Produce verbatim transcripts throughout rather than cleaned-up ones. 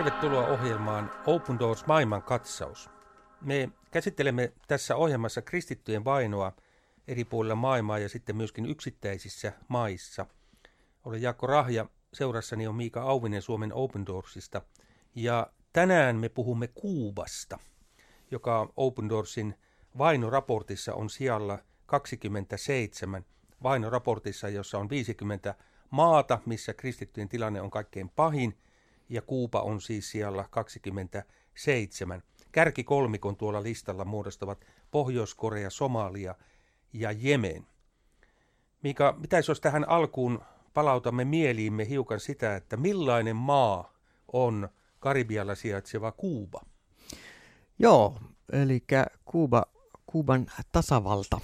Tervetuloa ohjelmaan Open Doors maailman katsaus. Me käsittelemme tässä ohjelmassa kristittyjen vainoa eri puolilla maailmaa ja sitten myöskin yksittäisissä maissa. Olen Jaakko Rahja, seurassani on Miika Auvinen Suomen Open Doorsista ja tänään me puhumme Kuubasta, joka Open Doorsin vainoraportissa on sijalla kaksikymmentäseitsemän. Vainoraportissa, jossa on viisikymmentä maata, missä kristittyjen tilanne on kaikkein pahin, ja Kuuba on siis sijalla kaksikymmentäseitsemän. Kärkikolmikon tuolla listalla muodostavat Pohjois-Korea, Somalia ja Jemen. Miika, mitäs jos tähän alkuun palautamme mieliimme hiukan sitä, että millainen maa on Karibialla sijaitseva Kuuba? Joo, eli Kuuba, Kuuban tasavalta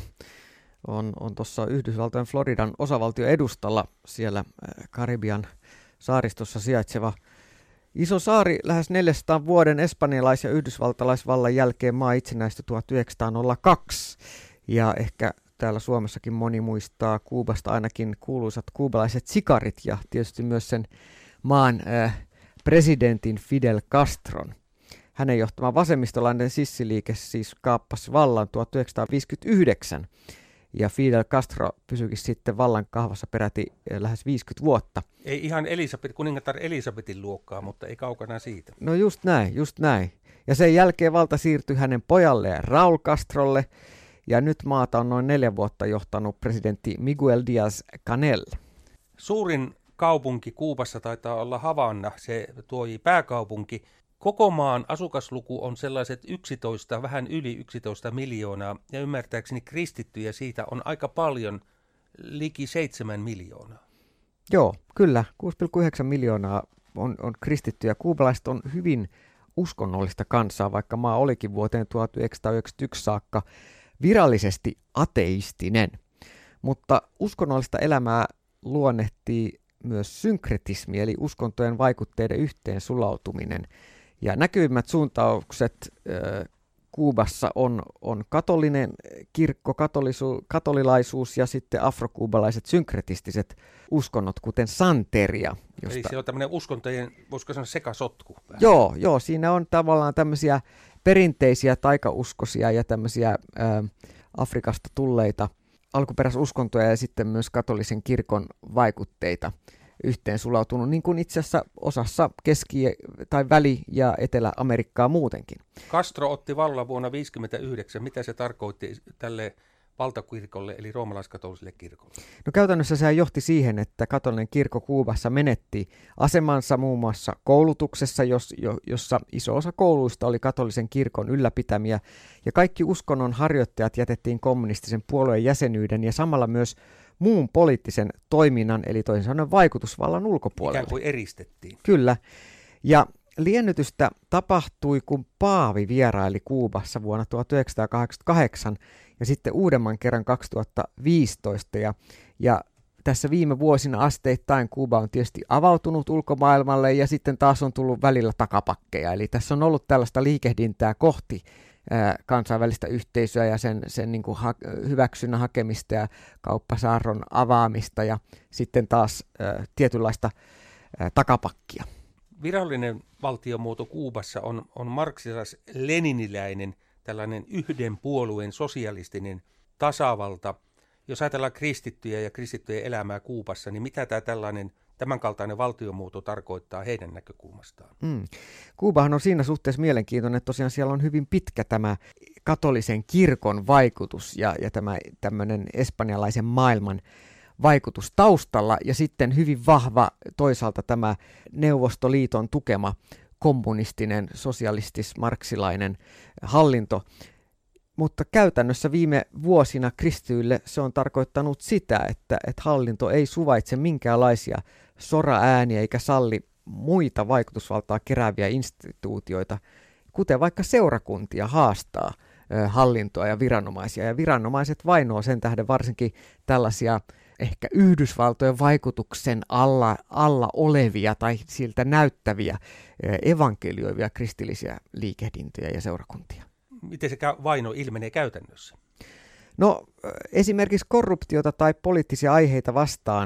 on, on tuossa Yhdysvaltojen Floridan osavaltio edustalla siellä Karibian saaristossa sijaitseva iso saari. Lähes neljänsadan vuoden espanjalais- ja yhdysvaltalaisvallan jälkeen maa itsenäistyi tuhatyhdeksänsataakaksi. Ja ehkä täällä Suomessakin moni muistaa Kuubasta ainakin kuuluisat kuubalaiset sikarit ja tietysti myös sen maan äh, presidentin Fidel Castron. Hänen johtama vasemmistolainen sissiliike siis kaappasi vallan tuhatyhdeksänsataaviisikymmentäyhdeksän. Ja Fidel Castro pysyikin sitten vallan kahvassa peräti lähes viisikymmentä vuotta. Ei ihan Elisabeth, kuningatar Elisabetin luokkaa, mutta ei kaukana siitä. No just näin, just näin. Ja sen jälkeen valta siirtyi hänen pojalleen Raúl Castrolle. Ja nyt maata on noin neljä vuotta johtanut presidentti Miguel Díaz-Canel. Suurin kaupunki Kuubassa taitaa olla Havana, se tuoji pääkaupunki. Koko maan asukasluku on sellaiset yksitoista, vähän yli yksitoista miljoonaa, ja ymmärtääkseni kristittyjä siitä on aika paljon, liki seitsemän miljoonaa. Joo, kyllä. kuusi pilkku yhdeksän miljoonaa on, on kristittyjä. Kuubalaiset on hyvin uskonnollista kansaa, vaikka maa olikin vuoteen tuhatyhdeksänsataayhdeksänkymmentäyksi saakka virallisesti ateistinen. Mutta uskonnollista elämää luonnehtii myös synkretismi, eli uskontojen vaikutteiden yhteen sulautuminen. Ja näkyvimmät suuntaukset äh, Kuubassa on, on katolinen kirkko, katolisu, katolilaisuus ja sitten afrokuubalaiset synkretistiset uskonnot, kuten Santeria. Josta... Eli se on tämmöinen uskontojen, voisiko sanoa sekasotku? Vähän. Joo, joo, siinä on tavallaan tämmöisiä perinteisiä taikauskoisia ja tämmöisiä äh, Afrikasta tulleita alkuperäisuskontoja ja sitten myös katolisen kirkon vaikutteita yhteen sulautunut, niin kuin itse asiassa osassa Keski- tai Väli- ja Etelä-Amerikkaa muutenkin. Castro otti vallan vuonna tuhatyhdeksänsataayhdeksänkymmentäyhdeksän. Mitä se tarkoitti tälle valtakirkolle, eli roomalaiskatoliselle kirkolle? No käytännössä se johti siihen, että katolinen kirkko Kuubassa menetti asemansa muun muassa koulutuksessa, jos, jo, jossa iso osa kouluista oli katolisen kirkon ylläpitämiä, ja kaikki uskonnon harjoittajat jätettiin kommunistisen puolueen jäsenyyden ja samalla myös muun poliittisen toiminnan, eli toisin sanoen vaikutusvallan ulkopuolelle. Ikään kuin eristettiin. Kyllä. Ja liennytystä tapahtui, kun paavi vieraili Kuubassa vuonna tuhatyhdeksänsataakahdeksankymmentäkahdeksan ja sitten uudemman kerran kaksituhattaviisitoista. Ja, ja tässä viime vuosina asteittain Kuuba on tietysti avautunut ulkomaailmalle ja sitten taas on tullut välillä takapakkeja. Eli tässä on ollut tällaista liikehdintää kohti kansainvälistä yhteisöä ja sen, sen niin kuin ha- hyväksynnän hakemista ja kauppasaarron avaamista ja sitten taas ä, tietynlaista ä, takapakkia. Virallinen valtiomuoto Kuubassa on, on marksilas-leniniläinen, tällainen yhden puolueen sosialistinen tasavalta. Jos ajatellaan kristittyjä ja kristittyjen elämää Kuubassa, niin mitä tämä tällainen tämänkaltainen valtiomuoto tarkoittaa heidän näkökulmastaan? Mm. Kuubahan on siinä suhteessa mielenkiintoinen, että tosiaan siellä on hyvin pitkä tämä katolisen kirkon vaikutus ja, ja tämä tämmöinen espanjalaisen maailman vaikutus taustalla ja sitten hyvin vahva toisaalta tämä Neuvostoliiton tukema kommunistinen, sosialistis-marksilainen hallinto. Mutta käytännössä viime vuosina kristityille se on tarkoittanut sitä, että, että hallinto ei suvaitse minkäänlaisia soraääniä eikä salli muita vaikutusvaltaa kerääviä instituutioita, kuten vaikka seurakuntia haastaa ö, hallintoa ja viranomaisia. Ja viranomaiset vainoo sen tähden varsinkin tällaisia ehkä Yhdysvaltojen vaikutuksen alla, alla olevia tai siltä näyttäviä ö, evankelioivia kristillisiä liikehdintöjä ja seurakuntia. Miten se vaino ilmenee käytännössä? No esimerkiksi korruptiota tai poliittisia aiheita vastaan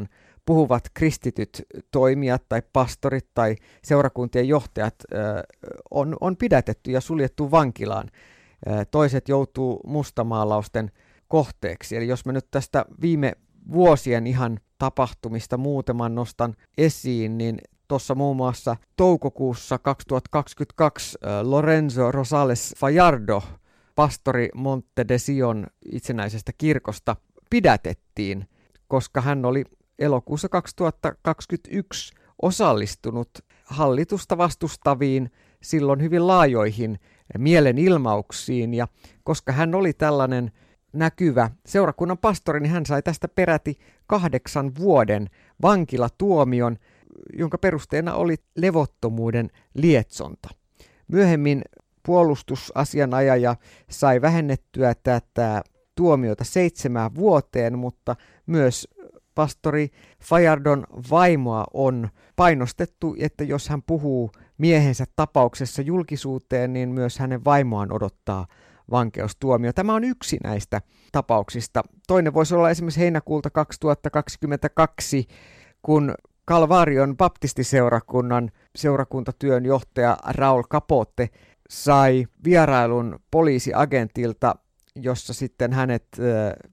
puhuvat kristityt toimijat tai pastorit tai seurakuntien johtajat on, on pidätetty ja suljettu vankilaan. Toiset joutuu mustamaalausten kohteeksi. Eli jos mä nyt tästä viime vuosien ihan tapahtumista muutaman nostan esiin, niin tuossa muun muassa toukokuussa kaksituhattakaksikymmentäkaksi Lorenzo Rosales Fajardo, pastori Monte de Sion itsenäisestä kirkosta, pidätettiin, koska hän oli elokuussa kaksituhattakaksikymmentäyksi osallistunut hallitusta vastustaviin, silloin hyvin laajoihin mielenilmauksiin, ja koska hän oli tällainen näkyvä seurakunnan pastori, niin hän sai tästä peräti kahdeksan vuoden vankilatuomion, jonka perusteena oli levottomuuden lietsonta. Myöhemmin puolustusasianajaja sai vähennettyä tätä tuomiota seitsemään vuoteen, mutta myös pastori Fajardon vaimoa on painostettu, että jos hän puhuu miehensä tapauksessa julkisuuteen, niin myös hänen vaimoaan odottaa vankeustuomio. Tämä on yksi näistä tapauksista. Toinen voisi olla esimerkiksi heinäkuulta kaksituhattakaksikymmentäkaksi, kun Kalvarion baptistiseurakunnan seurakuntatyön johtaja Raul Capote sai vierailun poliisiagentilta, jossa sitten hänet äh,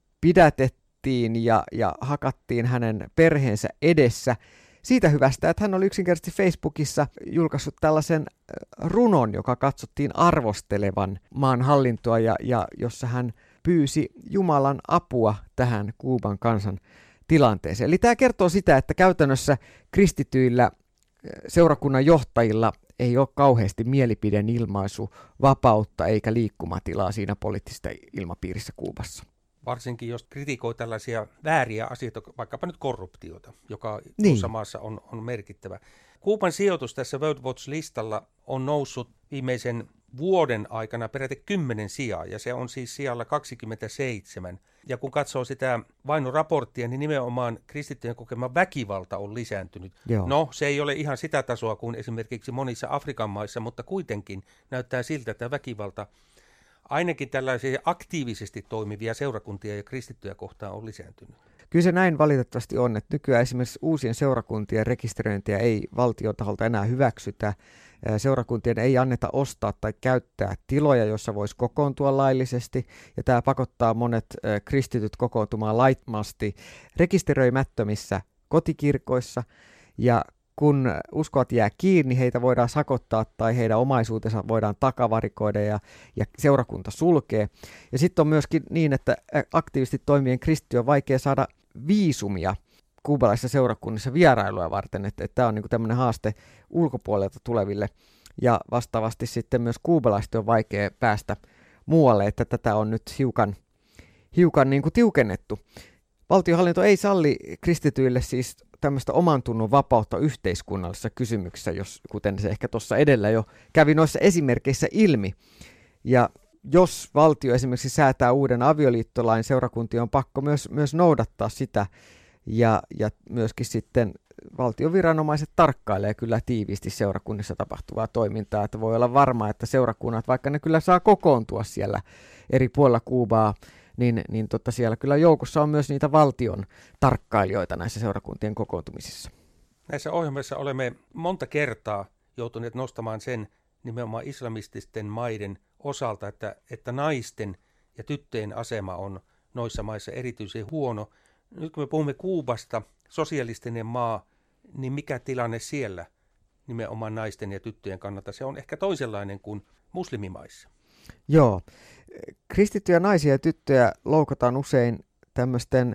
pidätettiin ja, ja hakattiin hänen perheensä edessä. Siitä hyvästä, että hän oli yksinkertaisesti Facebookissa julkaissut tällaisen runon, joka katsottiin arvostelevan maan hallintoa ja, ja jossa hän pyysi Jumalan apua tähän Kuuban kansan tilanteeseen. Eli tämä kertoo sitä, että käytännössä kristityillä seurakunnan johtajilla ei ole kauheasti mielipiden ilmaisu vapautta eikä liikkumatilaa siinä poliittisessa ilmapiirissä Kuubassa. Varsinkin jos kritikoi tällaisia vääriä asioita, vaikkapa nyt korruptiota, joka niin. tuossa maassa on, on merkittävä. Kuuban sijoitus tässä World Watch-listalla on noussut viimeisen vuoden aikana peräti kymmenen sijaa, ja se on siis sijalla kaksikymmentäseitsemän. Ja kun katsoo sitä vainoraporttia, niin nimenomaan kristittyjen kokema väkivalta on lisääntynyt. Joo. No, se ei ole ihan sitä tasoa kuin esimerkiksi monissa Afrikan maissa, mutta kuitenkin näyttää siltä, että väkivalta ainakin tällaisia aktiivisesti toimivia seurakuntia ja kristittyjä kohtaan on lisääntynyt. Kyllä se näin valitettavasti on, että nykyään esimerkiksi uusien seurakuntien rekisteröintiä ei valtion taholta enää hyväksytä. Seurakuntien ei anneta ostaa tai käyttää tiloja, joissa voisi kokoontua laillisesti, ja tämä pakottaa monet kristityt kokoontumaan laittomasti rekisteröimättömissä kotikirkoissa, ja kun uskot jää kiinni, heitä voidaan sakottaa tai heidän omaisuutensa voidaan takavarikoida ja, ja seurakunta sulkee. Ja sitten on myöskin niin, että aktiivisesti toimien kristittyjä on vaikea saada viisumia kuubalaisissa seurakunnissa vierailuja varten, että, että tämä on niin kuin tämmöinen haaste ulkopuolelta tuleville, ja vastaavasti sitten myös kuubalaisten on vaikea päästä muualle, että tätä on nyt hiukan, hiukan niin kuin tiukennettu. Valtionhallinto ei salli kristityille siis tämmöistä oman tunnon vapautta yhteiskunnallisissa kysymyksissä, jos, kuten se ehkä tuossa edellä jo kävi noissa esimerkkeissä ilmi. Ja jos valtio esimerkiksi säätää uuden avioliittolain, seurakuntien on pakko myös, myös noudattaa sitä, ja, ja myöskin sitten valtioviranomaiset tarkkailee kyllä tiiviisti seurakunnissa tapahtuvaa toimintaa, että voi olla varma, että seurakunnat, vaikka ne kyllä saa kokoontua siellä eri puolilla Kuubaa, niin, niin tota siellä kyllä joukossa on myös niitä valtion tarkkailijoita näissä seurakuntien kokoontumisissa. Näissä ohjelmissa olemme monta kertaa joutuneet nostamaan sen nimenomaan islamististen maiden osalta, että, että naisten ja tyttöjen asema on noissa maissa erityisen huono. Nyt kun me puhumme Kuubasta, sosialistinen maa, niin mikä tilanne siellä nimenomaan naisten ja tyttöjen kannalta? Se on ehkä toisenlainen kuin muslimimaissa. Joo. Kristittyjä naisia ja tyttöjä loukataan usein tämmöisten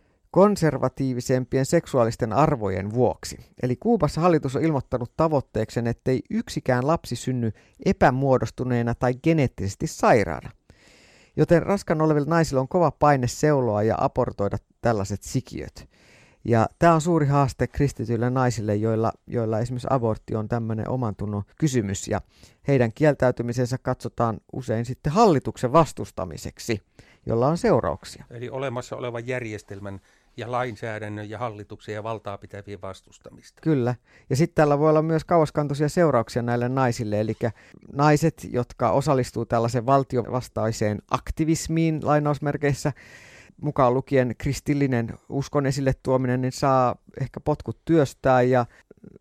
konservatiivisempien seksuaalisten arvojen vuoksi. Eli Kuubassa hallitus on ilmoittanut tavoitteekseen, ettei yksikään lapsi synny epämuodostuneena tai geneettisesti sairaana. Joten raskaan olevilla naisilla on kova paine seuloa ja abortoida tällaiset sikiöt. Ja tämä on suuri haaste kristityille naisille, joilla, joilla esimerkiksi abortti on tämmöinen oman tunnon kysymys, ja heidän kieltäytymisensä katsotaan usein sitten hallituksen vastustamiseksi, jolla on seurauksia. Eli olemassa olevan järjestelmän ja lainsäädännön ja hallituksen ja valtaa pitävien vastustamista. Kyllä, ja sitten tällä voi olla myös kauaskantoisia seurauksia näille naisille, eli naiset, jotka osallistuu tällaisen valtiovastaiseen aktivismiin lainausmerkeissä, mukaan lukien kristillinen uskon esille tuominen, niin saa ehkä potkut työstää, ja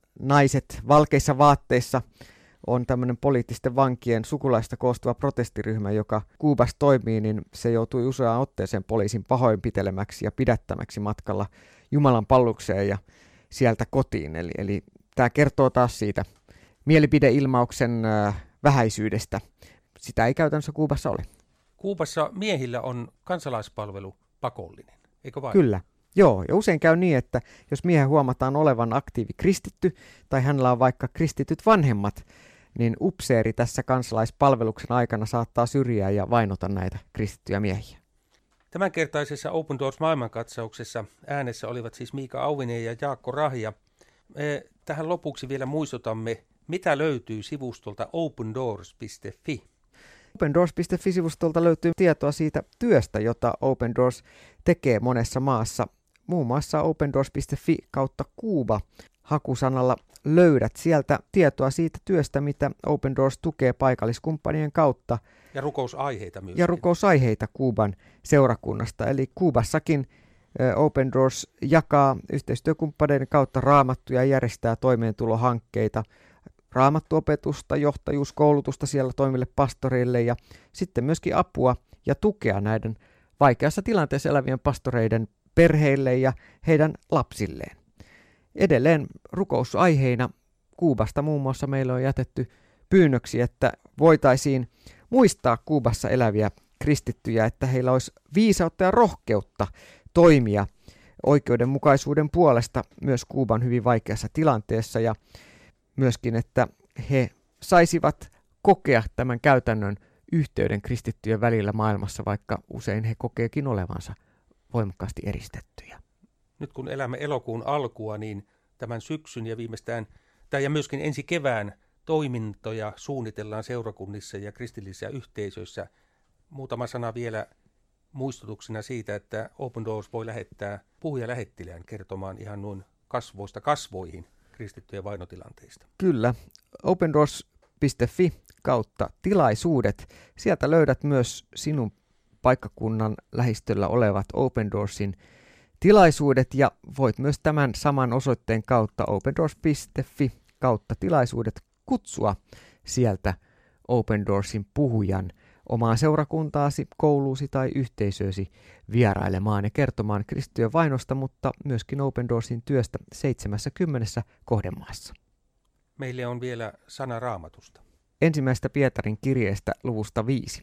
naiset valkeissa vaatteissa on tämmöinen poliittisten vankien sukulaista koostuva protestiryhmä, joka Kuubassa toimii, niin se joutui useaan otteeseen poliisin pahoinpitelemäksi ja pidättämäksi matkalla Jumalan palvelukseen ja sieltä kotiin. Eli, eli tämä kertoo taas siitä mielipideilmauksen äh, vähäisyydestä. Sitä ei käytännössä Kuubassa ole. Kuubassa miehillä on kansalaispalvelu pakollinen, eikö vain? Kyllä. Joo, ja usein käy niin, että jos miehen huomataan olevan aktiivi kristitty tai hänellä on vaikka kristityt vanhemmat, niin upseeri tässä kansalaispalveluksen aikana saattaa syrjiä ja vainota näitä kristittyjä miehiä. Tämänkertaisessa Open Doors maailmankatsauksessa äänessä olivat siis Miika Auvinen ja Jaakko Rahja. Me tähän lopuksi vielä muistutamme, mitä löytyy sivustolta open doors piste fi. open doors piste fi-sivustolta löytyy tietoa siitä työstä, jota Open Doors tekee monessa maassa. Muun muassa open doors piste fi kautta Kuuba hakusanalla löydät sieltä tietoa siitä työstä, mitä Open Doors tukee paikalliskumppanien kautta. Ja rukousaiheita myös. Ja rukousaiheita Kuuban seurakunnasta. Eli Kuubassakin Open Doors jakaa yhteistyökumppaneiden kautta raamattuja ja järjestää toimeentulohankkeita, raamattuopetusta, johtajuuskoulutusta siellä toimille pastoreille ja sitten myöskin apua ja tukea näiden vaikeassa tilanteessa elävien pastoreiden perheille ja heidän lapsilleen. Edelleen rukousaiheina Kuubasta muun muassa meillä on jätetty pyynnöksi, että voitaisiin muistaa Kuubassa eläviä kristittyjä, että heillä olisi viisautta ja rohkeutta toimia oikeudenmukaisuuden puolesta myös Kuuban hyvin vaikeassa tilanteessa ja myöskin, että he saisivat kokea tämän käytännön yhteyden kristittyjen välillä maailmassa, vaikka usein he kokeekin olevansa voimakkaasti eristettyjä. Nyt kun elämme elokuun alkua, niin tämän syksyn ja viimeistään, tai ja myöskin ensi kevään toimintoja suunnitellaan seurakunnissa ja kristillisissä yhteisöissä. Muutama sana vielä muistutuksena siitä, että Open Doors voi lähettää puhujalähettilään kertomaan ihan noin kasvoista kasvoihin kristittyjen vainotilanteista. Kyllä. open doors piste fi kautta tilaisuudet. Sieltä löydät myös sinun paikkakunnan lähistöllä olevat Open Doorsin tilaisuudet ja voit myös tämän saman osoitteen kautta open doors piste fi kautta tilaisuudet kutsua sieltä Open Doorsin puhujan omaan seurakuntaasi, kouluusi tai yhteisöösi vierailemaan ja kertomaan kristittyjen vainosta, mutta myöskin Open Doorsin työstä seitsemässäkymmenessä kohdemaassa. Meille on vielä sana Raamatusta. Ensimmäistä Pietarin kirjeestä luvusta viisi.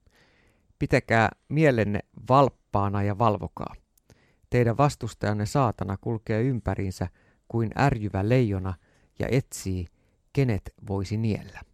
Pitäkää mielenne valppaana ja valvokaa. Teidän vastustajanne saatana kulkee ympäriinsä kuin ärjyvä leijona ja etsii, kenet voisi niellä.